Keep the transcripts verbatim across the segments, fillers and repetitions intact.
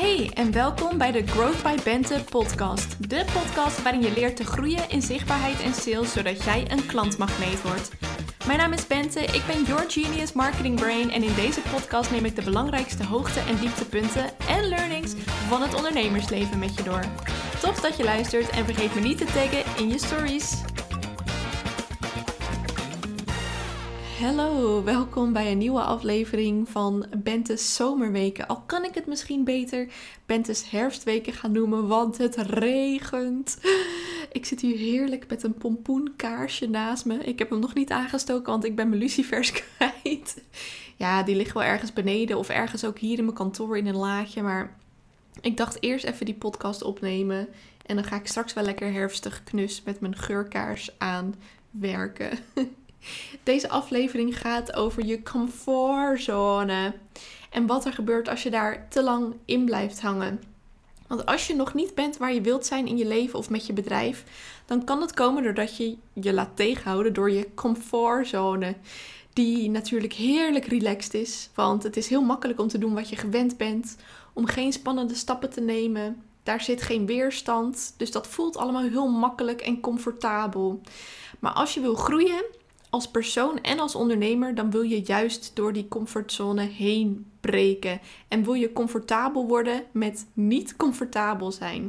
Hey en welkom bij de Growth by Bente podcast. De podcast waarin je leert te groeien in zichtbaarheid en sales, zodat jij een klantmagneet wordt. Mijn naam is Bente, ik ben your genius marketing brain en in deze podcast neem ik de belangrijkste hoogte- en dieptepunten en learnings van het ondernemersleven met je door. Tof dat je luistert en vergeet me niet te taggen in je stories. Hallo, welkom bij een nieuwe aflevering van Bente's zomerweken. Al kan ik het misschien beter Bente's herfstweken gaan noemen, want het regent. Ik zit hier heerlijk met een pompoenkaarsje naast me. Ik heb hem nog niet aangestoken, want ik ben mijn lucifers kwijt. Ja, die liggen wel ergens beneden of ergens ook hier in mijn kantoor in een laadje. Maar ik dacht eerst even die podcast opnemen. En dan ga ik straks wel lekker herfstig knus met mijn geurkaars aan werken. Deze aflevering gaat over je comfortzone en wat er gebeurt als je daar te lang in blijft hangen. Want als je nog niet bent waar je wilt zijn in je leven of met je bedrijf, dan kan het komen doordat je je laat tegenhouden door je comfortzone. Die natuurlijk heerlijk relaxed is, want het is heel makkelijk om te doen wat je gewend bent, om geen spannende stappen te nemen. Daar zit geen weerstand, dus dat voelt allemaal heel makkelijk en comfortabel. Maar als je wil groeien als persoon en als ondernemer, dan wil je juist door die comfortzone heen breken. En wil je comfortabel worden met niet comfortabel zijn.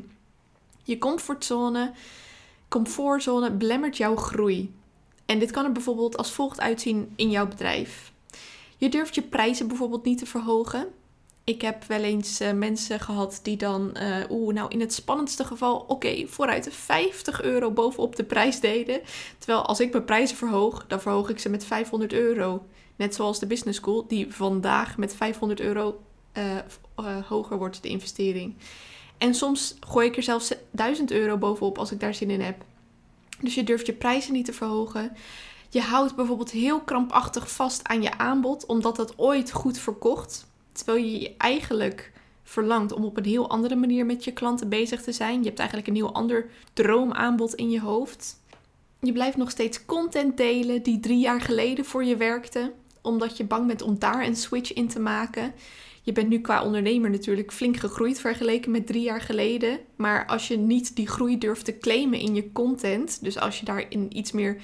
Je comfortzone, comfortzone belemmert jouw groei. En dit kan er bijvoorbeeld als volgt uitzien in jouw bedrijf. Je durft je prijzen bijvoorbeeld niet te verhogen. Ik heb wel eens uh, mensen gehad die dan, uh, oeh, nou in het spannendste geval, oké, okay, vooruit vijftig euro bovenop de prijs deden. Terwijl als ik mijn prijzen verhoog, dan verhoog ik ze met vijfhonderd euro. Net zoals de business school, die vandaag met vijfhonderd euro uh, uh, hoger wordt de investering. En soms gooi ik er zelfs duizend euro bovenop als ik daar zin in heb. Dus je durft je prijzen niet te verhogen. Je houdt bijvoorbeeld heel krampachtig vast aan je aanbod, omdat het ooit goed verkocht. Terwijl je eigenlijk verlangt om op een heel andere manier met je klanten bezig te zijn. Je hebt eigenlijk een heel ander droomaanbod in je hoofd. Je blijft nog steeds content delen die drie jaar geleden voor je werkte. Omdat je bang bent om daar een switch in te maken. Je bent nu qua ondernemer natuurlijk flink gegroeid vergeleken met drie jaar geleden. Maar als je niet die groei durft te claimen in je content. Dus als je daarin iets meer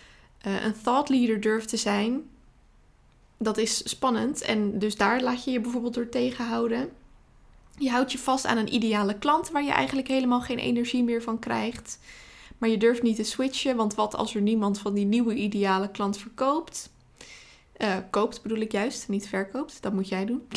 uh, een thought leader durft te zijn. Dat is spannend en dus daar laat je je bijvoorbeeld door tegenhouden. Je houdt je vast aan een ideale klant waar je eigenlijk helemaal geen energie meer van krijgt. Maar je durft niet te switchen, want wat als er niemand van die nieuwe ideale klant verkoopt? Uh, koopt bedoel ik juist, niet verkoopt. Dat moet jij doen.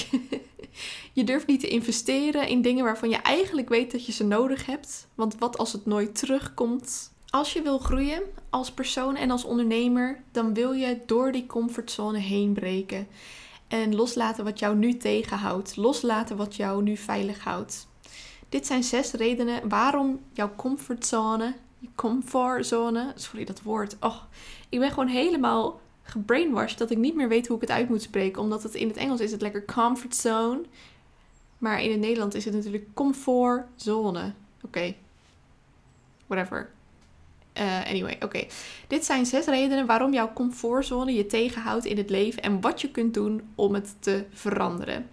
Je durft niet te investeren in dingen waarvan je eigenlijk weet dat je ze nodig hebt. Want wat als het nooit terugkomt? Als je wil groeien als persoon en als ondernemer, dan wil je door die comfortzone heen breken. En loslaten wat jou nu tegenhoudt. Loslaten wat jou nu veilig houdt. Dit zijn zes redenen waarom jouw comfortzone, je comfortzone, sorry dat woord. Oh, ik ben gewoon helemaal gebrainwashed dat ik niet meer weet hoe ik het uit moet spreken. Omdat het in het Engels is het lekker comfort zone. Maar in het Nederlands is het natuurlijk comfortzone. Oké. Okay. Whatever. Uh, anyway, oké. Okay. Dit zijn zes redenen waarom jouw comfortzone je tegenhoudt in het leven en wat je kunt doen om het te veranderen.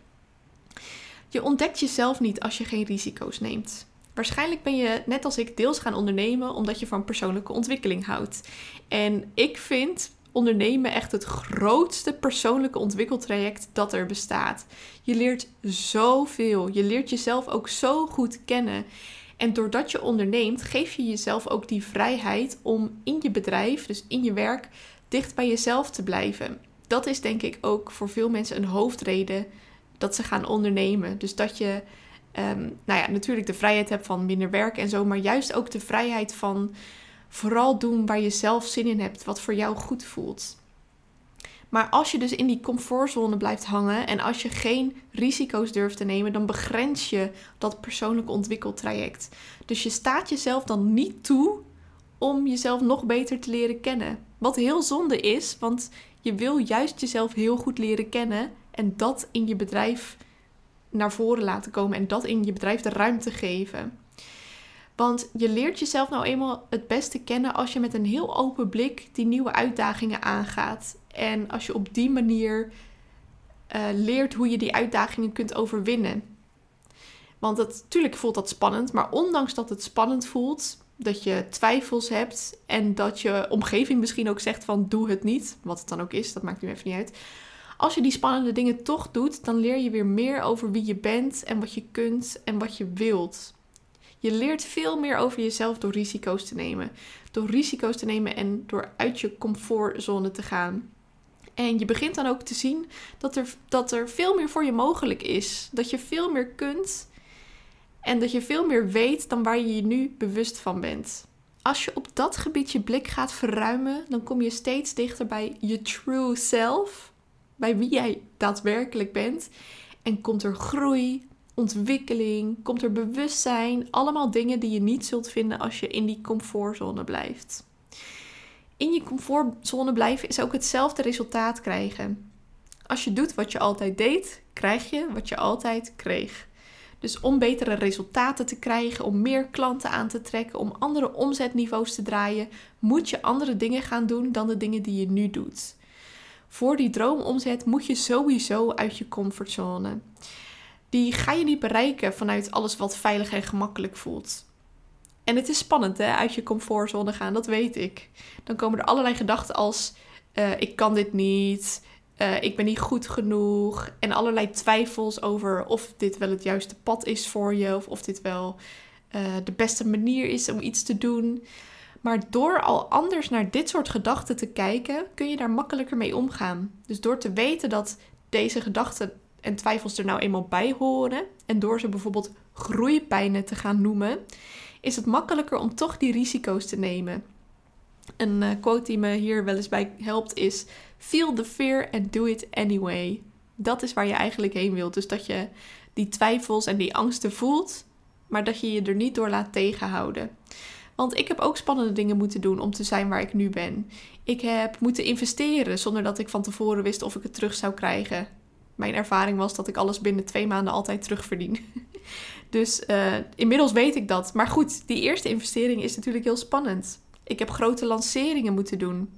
Je ontdekt jezelf niet als je geen risico's neemt. Waarschijnlijk ben je, net als ik, deels gaan ondernemen omdat je van persoonlijke ontwikkeling houdt. En ik vind ondernemen echt het grootste persoonlijke ontwikkeltraject dat er bestaat. Je leert zoveel. Je leert jezelf ook zo goed kennen. En doordat je onderneemt, geef je jezelf ook die vrijheid om in je bedrijf, dus in je werk, dicht bij jezelf te blijven. Dat is denk ik ook voor veel mensen een hoofdreden dat ze gaan ondernemen. Dus dat je um, nou ja, natuurlijk de vrijheid hebt van minder werk en zo, maar juist ook de vrijheid van vooral doen waar je zelf zin in hebt, wat voor jou goed voelt. Maar als je dus in die comfortzone blijft hangen en als je geen risico's durft te nemen, dan begrens je dat persoonlijke ontwikkeltraject. Dus je staat jezelf dan niet toe om jezelf nog beter te leren kennen. Wat heel zonde is, want je wil juist jezelf heel goed leren kennen en dat in je bedrijf naar voren laten komen en dat in je bedrijf de ruimte geven. Want je leert jezelf nou eenmaal het beste kennen als je met een heel open blik die nieuwe uitdagingen aangaat. En als je op die manier uh, leert hoe je die uitdagingen kunt overwinnen. Want het, natuurlijk voelt dat spannend, maar ondanks dat het spannend voelt, dat je twijfels hebt en dat je omgeving misschien ook zegt van doe het niet, wat het dan ook is, dat maakt nu even niet uit. Als je die spannende dingen toch doet, dan leer je weer meer over wie je bent en wat je kunt en wat je wilt. Je leert veel meer over jezelf door risico's te nemen. Door risico's te nemen en door uit je comfortzone te gaan. En je begint dan ook te zien dat er, dat er veel meer voor je mogelijk is. Dat je veel meer kunt en dat je veel meer weet dan waar je je nu bewust van bent. Als je op dat gebied je blik gaat verruimen, dan kom je steeds dichter bij je true self. Bij wie jij daadwerkelijk bent. En komt er groei, ontwikkeling, komt er bewustzijn. Allemaal dingen die je niet zult vinden als je in die comfortzone blijft. In je comfortzone blijven is ook hetzelfde resultaat krijgen. Als je doet wat je altijd deed, krijg je wat je altijd kreeg. Dus om betere resultaten te krijgen, om meer klanten aan te trekken, om andere omzetniveaus te draaien, moet je andere dingen gaan doen dan de dingen die je nu doet. Voor die droomomzet moet je sowieso uit je comfortzone. Die ga je niet bereiken vanuit alles wat veilig en gemakkelijk voelt. En het is spannend hè, uit je comfortzone gaan, dat weet ik. Dan komen er allerlei gedachten als, uh, ik kan dit niet, uh, ik ben niet goed genoeg. En allerlei twijfels over of dit wel het juiste pad is voor je. Of of dit wel uh, de beste manier is om iets te doen. Maar door al anders naar dit soort gedachten te kijken, kun je daar makkelijker mee omgaan. Dus door te weten dat deze gedachten en twijfels er nou eenmaal bij horen, en door ze bijvoorbeeld groeipijnen te gaan noemen, is het makkelijker om toch die risico's te nemen. Een uh, quote die me hier wel eens bij helpt is: feel the fear and do it anyway. Dat is waar je eigenlijk heen wilt. Dus dat je die twijfels en die angsten voelt, maar dat je je er niet door laat tegenhouden. Want ik heb ook spannende dingen moeten doen om te zijn waar ik nu ben. Ik heb moeten investeren zonder dat ik van tevoren wist of ik het terug zou krijgen. Mijn ervaring was dat ik alles binnen twee maanden altijd terugverdien. Dus uh, inmiddels weet ik dat. Maar goed, die eerste investering is natuurlijk heel spannend. Ik heb grote lanceringen moeten doen.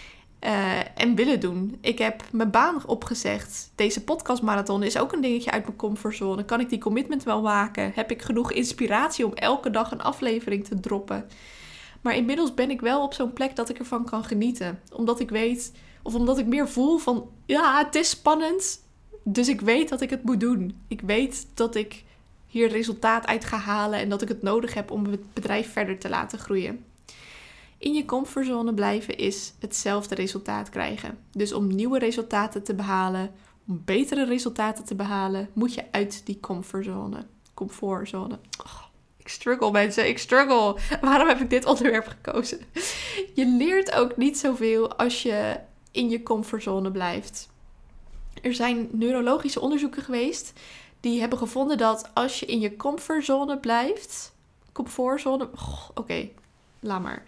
Uh, en willen doen. Ik heb mijn baan opgezegd. Deze podcastmarathon is ook een dingetje uit mijn comfortzone. Kan ik die commitment wel maken? Heb ik genoeg inspiratie om elke dag een aflevering te droppen? Maar inmiddels ben ik wel op zo'n plek dat ik ervan kan genieten. Omdat ik weet, of omdat ik meer voel van, ja, het is spannend. Dus ik weet dat ik het moet doen. Ik weet dat ik hier resultaat uit ga halen en dat ik het nodig heb om het bedrijf verder te laten groeien. In je comfortzone blijven is hetzelfde resultaat krijgen. Dus om nieuwe resultaten te behalen, om betere resultaten te behalen, moet je uit die comfortzone. Comfortzone. Oh, ik struggle mensen, ik struggle. Waarom heb ik dit onderwerp gekozen? Je leert ook niet zoveel als je in je comfortzone blijft. Er zijn neurologische onderzoeken geweest die hebben gevonden dat als je in je comfortzone blijft, comfortzone, oh, oké, okay, laat maar.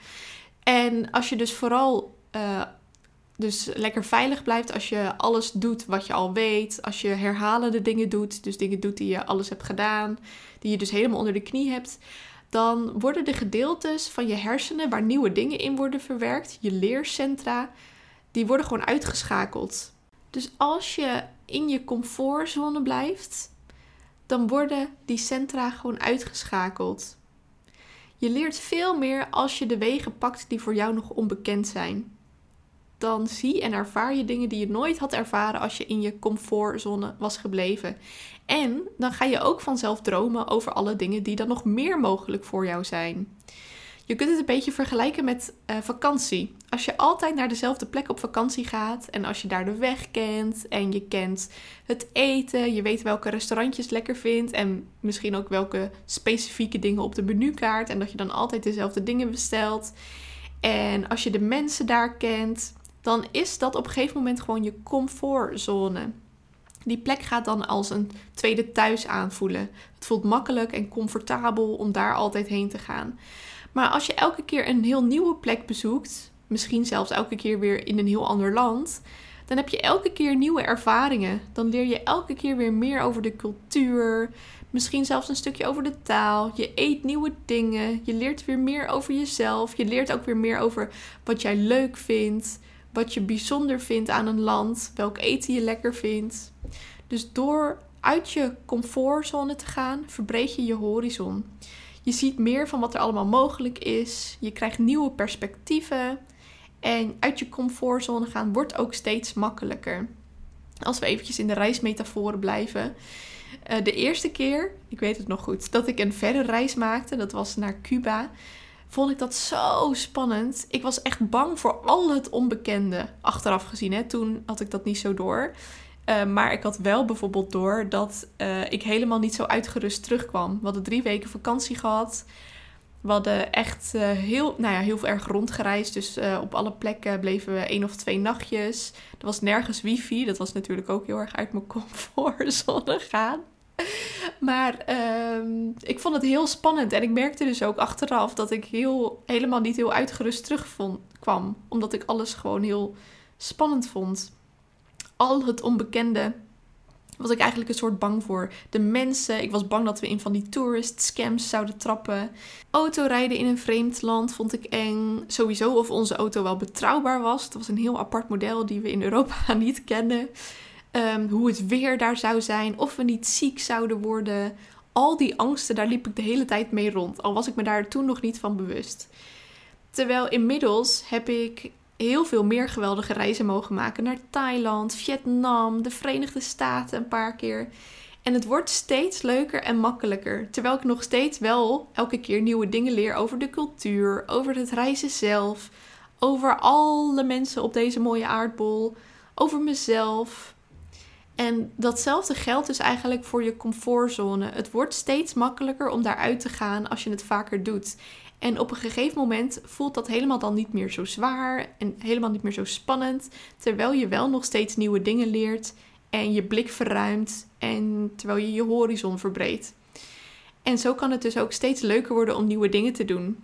En als je dus vooral uh, dus lekker veilig blijft, als je alles doet wat je al weet, als je herhalende dingen doet, dus dingen doet die je alles hebt gedaan, die je dus helemaal onder de knie hebt, dan worden de gedeeltes van je hersenen waar nieuwe dingen in worden verwerkt, je leercentra, die worden gewoon uitgeschakeld. Dus als je in je comfortzone blijft, dan worden die centra gewoon uitgeschakeld. Je leert veel meer als je de wegen pakt die voor jou nog onbekend zijn. Dan zie en ervaar je dingen die je nooit had ervaren als je in je comfortzone was gebleven. En dan ga je ook vanzelf dromen over alle dingen die dan nog meer mogelijk voor jou zijn. Je kunt het een beetje vergelijken met uh, vakantie. Als je altijd naar dezelfde plek op vakantie gaat en als je daar de weg kent en je kent het eten, je weet welke restaurantjes lekker vindt en misschien ook welke specifieke dingen op de menukaart en dat je dan altijd dezelfde dingen bestelt. En als je de mensen daar kent, dan is dat op een gegeven moment gewoon je comfortzone. Die plek gaat dan als een tweede thuis aanvoelen. Het voelt makkelijk en comfortabel om daar altijd heen te gaan. Maar als je elke keer een heel nieuwe plek bezoekt, misschien zelfs elke keer weer in een heel ander land, dan heb je elke keer nieuwe ervaringen. Dan leer je elke keer weer meer over de cultuur, misschien zelfs een stukje over de taal. Je eet nieuwe dingen, je leert weer meer over jezelf. Je leert ook weer meer over wat jij leuk vindt, wat je bijzonder vindt aan een land, welk eten je lekker vindt. Dus door uit je comfortzone te gaan, verbreed je je horizon. Je ziet meer van wat er allemaal mogelijk is. Je krijgt nieuwe perspectieven. En uit je comfortzone gaan wordt ook steeds makkelijker. Als we eventjes in de reismetaforen blijven. Uh, de eerste keer, ik weet het nog goed, dat ik een verre reis maakte, dat was naar Cuba, vond ik dat zo spannend. Ik was echt bang voor al het onbekende. Achteraf gezien, hè? Toen had ik dat niet zo door. Uh, maar ik had wel bijvoorbeeld door dat uh, ik helemaal niet zo uitgerust terugkwam. We hadden drie weken vakantie gehad. We hadden echt uh, heel, nou ja, heel erg rondgereisd. Dus uh, op alle plekken bleven we één of twee nachtjes. Er was nergens wifi. Dat was natuurlijk ook heel erg uit mijn comfortzone gaan. Maar uh, ik vond het heel spannend. En ik merkte dus ook achteraf dat ik heel, helemaal niet heel uitgerust terugkwam. Omdat ik alles gewoon heel spannend vond. Al het onbekende was ik eigenlijk een soort bang voor. De mensen, ik was bang dat we in van die tourist scams zouden trappen. Autorijden in een vreemd land vond ik eng. Sowieso of onze auto wel betrouwbaar was. Het was een heel apart model die we in Europa niet kennen. Um, hoe het weer daar zou zijn. Of we niet ziek zouden worden. Al die angsten, daar liep ik de hele tijd mee rond. Al was ik me daar toen nog niet van bewust. Terwijl inmiddels heb ik heel veel meer geweldige reizen mogen maken. Naar Thailand, Vietnam, de Verenigde Staten een paar keer. En het wordt steeds leuker en makkelijker. Terwijl ik nog steeds wel elke keer nieuwe dingen leer over de cultuur. Over het reizen zelf. Over alle mensen op deze mooie aardbol. Over mezelf. En datzelfde geldt dus eigenlijk voor je comfortzone. Het wordt steeds makkelijker om daaruit te gaan als je het vaker doet. En op een gegeven moment voelt dat helemaal dan niet meer zo zwaar en helemaal niet meer zo spannend. Terwijl je wel nog steeds nieuwe dingen leert en je blik verruimt en terwijl je je horizon verbreedt. En zo kan het dus ook steeds leuker worden om nieuwe dingen te doen.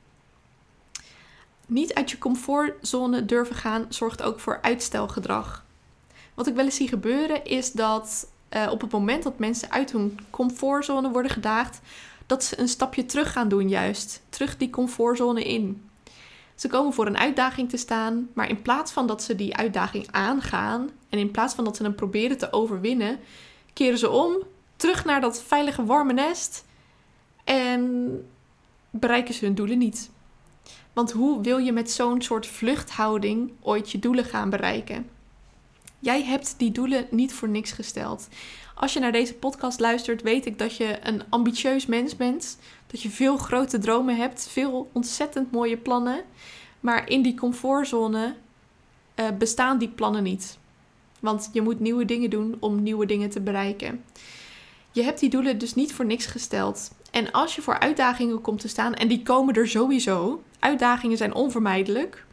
Niet uit je comfortzone durven gaan zorgt ook voor uitstelgedrag. Wat ik wel eens zie gebeuren is dat uh, op het moment dat mensen uit hun comfortzone worden gedaagd, dat ze een stapje terug gaan doen juist. Terug die comfortzone in. Ze komen voor een uitdaging te staan, maar in plaats van dat ze die uitdaging aangaan en in plaats van dat ze hem proberen te overwinnen, keren ze om, terug naar dat veilige warme nest en bereiken ze hun doelen niet. Want hoe wil je met zo'n soort vluchthouding ooit je doelen gaan bereiken? Jij hebt die doelen niet voor niks gesteld. Als je naar deze podcast luistert, weet ik dat je een ambitieus mens bent. Dat je veel grote dromen hebt, veel ontzettend mooie plannen. Maar in die comfortzone uh, bestaan die plannen niet. Want je moet nieuwe dingen doen om nieuwe dingen te bereiken. Je hebt die doelen dus niet voor niks gesteld. En als je voor uitdagingen komt te staan, en die komen er sowieso, uitdagingen zijn onvermijdelijk,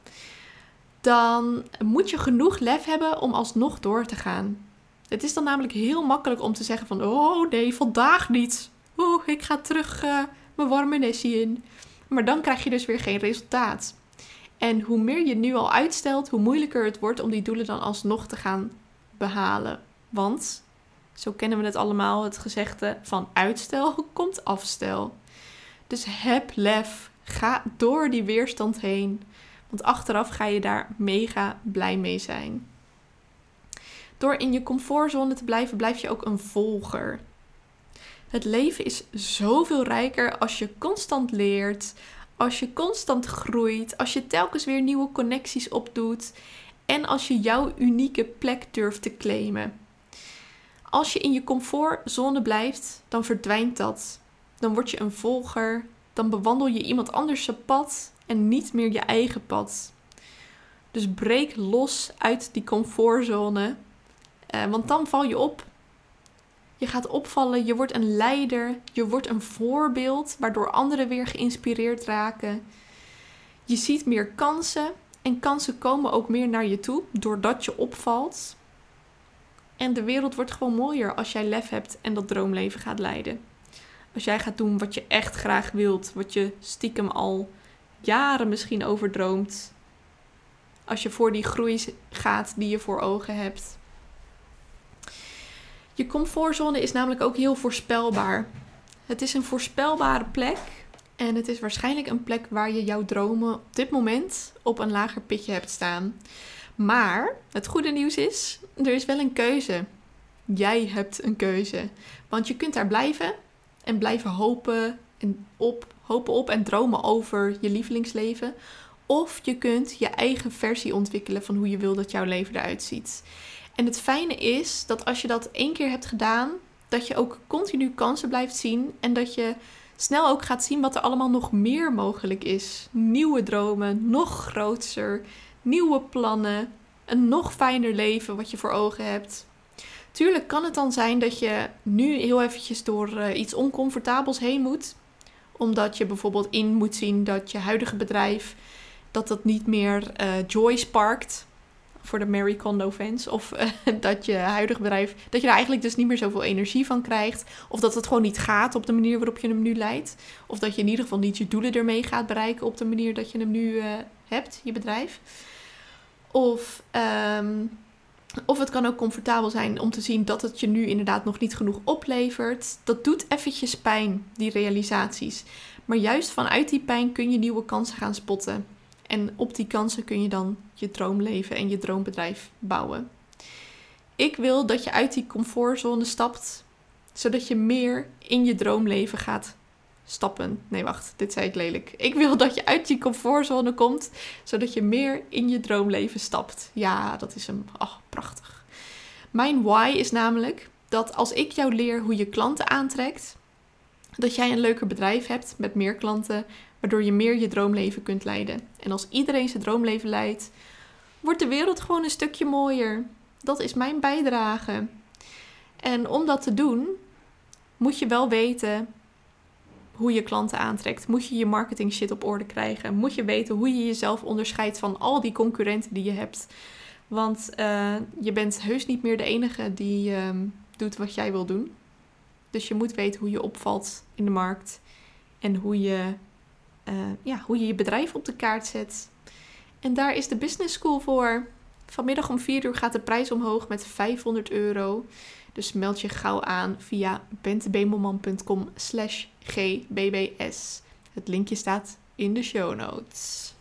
dan moet je genoeg lef hebben om alsnog door te gaan. Het is dan namelijk heel makkelijk om te zeggen van, oh nee, vandaag niet. Oeh, ik ga terug uh, mijn warme nestje in. Maar dan krijg je dus weer geen resultaat. En hoe meer je nu al uitstelt, hoe moeilijker het wordt om die doelen dan alsnog te gaan behalen. Want, zo kennen we het allemaal, het gezegde van uitstel komt afstel. Dus heb lef, ga door die weerstand heen. Want achteraf ga je daar mega blij mee zijn. Door in je comfortzone te blijven, blijf je ook een volger. Het leven is zoveel rijker als je constant leert, als je constant groeit, als je telkens weer nieuwe connecties opdoet en als je jouw unieke plek durft te claimen. Als je in je comfortzone blijft, dan verdwijnt dat. Dan word je een volger, dan bewandel je iemand anders zijn pad en niet meer je eigen pad. Dus breek los uit die comfortzone. Uh, want dan val je op. Je gaat opvallen, je wordt een leider, je wordt een voorbeeld, waardoor anderen weer geïnspireerd raken. Je ziet meer kansen en kansen komen ook meer naar je toe, doordat je opvalt. En de wereld wordt gewoon mooier als jij lef hebt en dat droomleven gaat leiden. Als jij gaat doen wat je echt graag wilt, wat je stiekem al jaren misschien overdroomt. Als je voor die groei gaat die je voor ogen hebt. Je comfortzone is namelijk ook heel voorspelbaar. Het is een voorspelbare plek. En het is waarschijnlijk een plek waar je jouw dromen op dit moment op een lager pitje hebt staan. Maar het goede nieuws is, er is wel een keuze. Jij hebt een keuze. Want je kunt daar blijven en blijven hopen, en op, hopen op en dromen over je lievelingsleven. Of je kunt je eigen versie ontwikkelen van hoe je wil dat jouw leven eruit ziet. En het fijne is dat als je dat één keer hebt gedaan, dat je ook continu kansen blijft zien. En dat je snel ook gaat zien wat er allemaal nog meer mogelijk is. Nieuwe dromen, nog groter, nieuwe plannen, een nog fijner leven wat je voor ogen hebt. Tuurlijk kan het dan zijn dat je nu heel eventjes door uh, iets oncomfortabels heen moet. Omdat je bijvoorbeeld in moet zien dat je huidige bedrijf, dat dat niet meer uh, joy sparkt. Voor de Marie Kondo fans. Of uh, dat je huidige bedrijf, dat je er eigenlijk dus niet meer zoveel energie van krijgt. Of dat het gewoon niet gaat op de manier waarop je hem nu leidt. Of dat je in ieder geval niet je doelen ermee gaat bereiken op de manier dat je hem nu uh, hebt, je bedrijf. Of... Um, Of het kan ook comfortabel zijn om te zien dat het je nu inderdaad nog niet genoeg oplevert. Dat doet eventjes pijn, die realisaties. Maar juist vanuit die pijn kun je nieuwe kansen gaan spotten. En op die kansen kun je dan je droomleven en je droombedrijf bouwen. Ik wil dat je uit die comfortzone stapt, zodat je meer in je droomleven gaat stappen. Nee, wacht, dit zei ik lelijk. Ik wil dat je uit die comfortzone komt, zodat je meer in je droomleven stapt. Ja, dat is hem. Ach, prachtig. Mijn why is namelijk dat als ik jou leer hoe je klanten aantrekt, dat jij een leuker bedrijf hebt met meer klanten, waardoor je meer je droomleven kunt leiden. En als iedereen zijn droomleven leidt, wordt de wereld gewoon een stukje mooier. Dat is mijn bijdrage. En om dat te doen, moet je wel weten hoe je klanten aantrekt. Moet je je marketing shit op orde krijgen. Moet je weten hoe je jezelf onderscheidt van al die concurrenten die je hebt. Want uh, je bent heus niet meer de enige die um, doet wat jij wil doen. Dus je moet weten hoe je opvalt in de markt. En hoe je, uh, ja, hoe je je bedrijf op de kaart zet. En daar is de Business School voor. Vanmiddag om vier uur gaat de prijs omhoog met vijfhonderd euro. Dus meld je gauw aan via bentebemelman.com slash gbbbs. Het linkje staat in de show notes.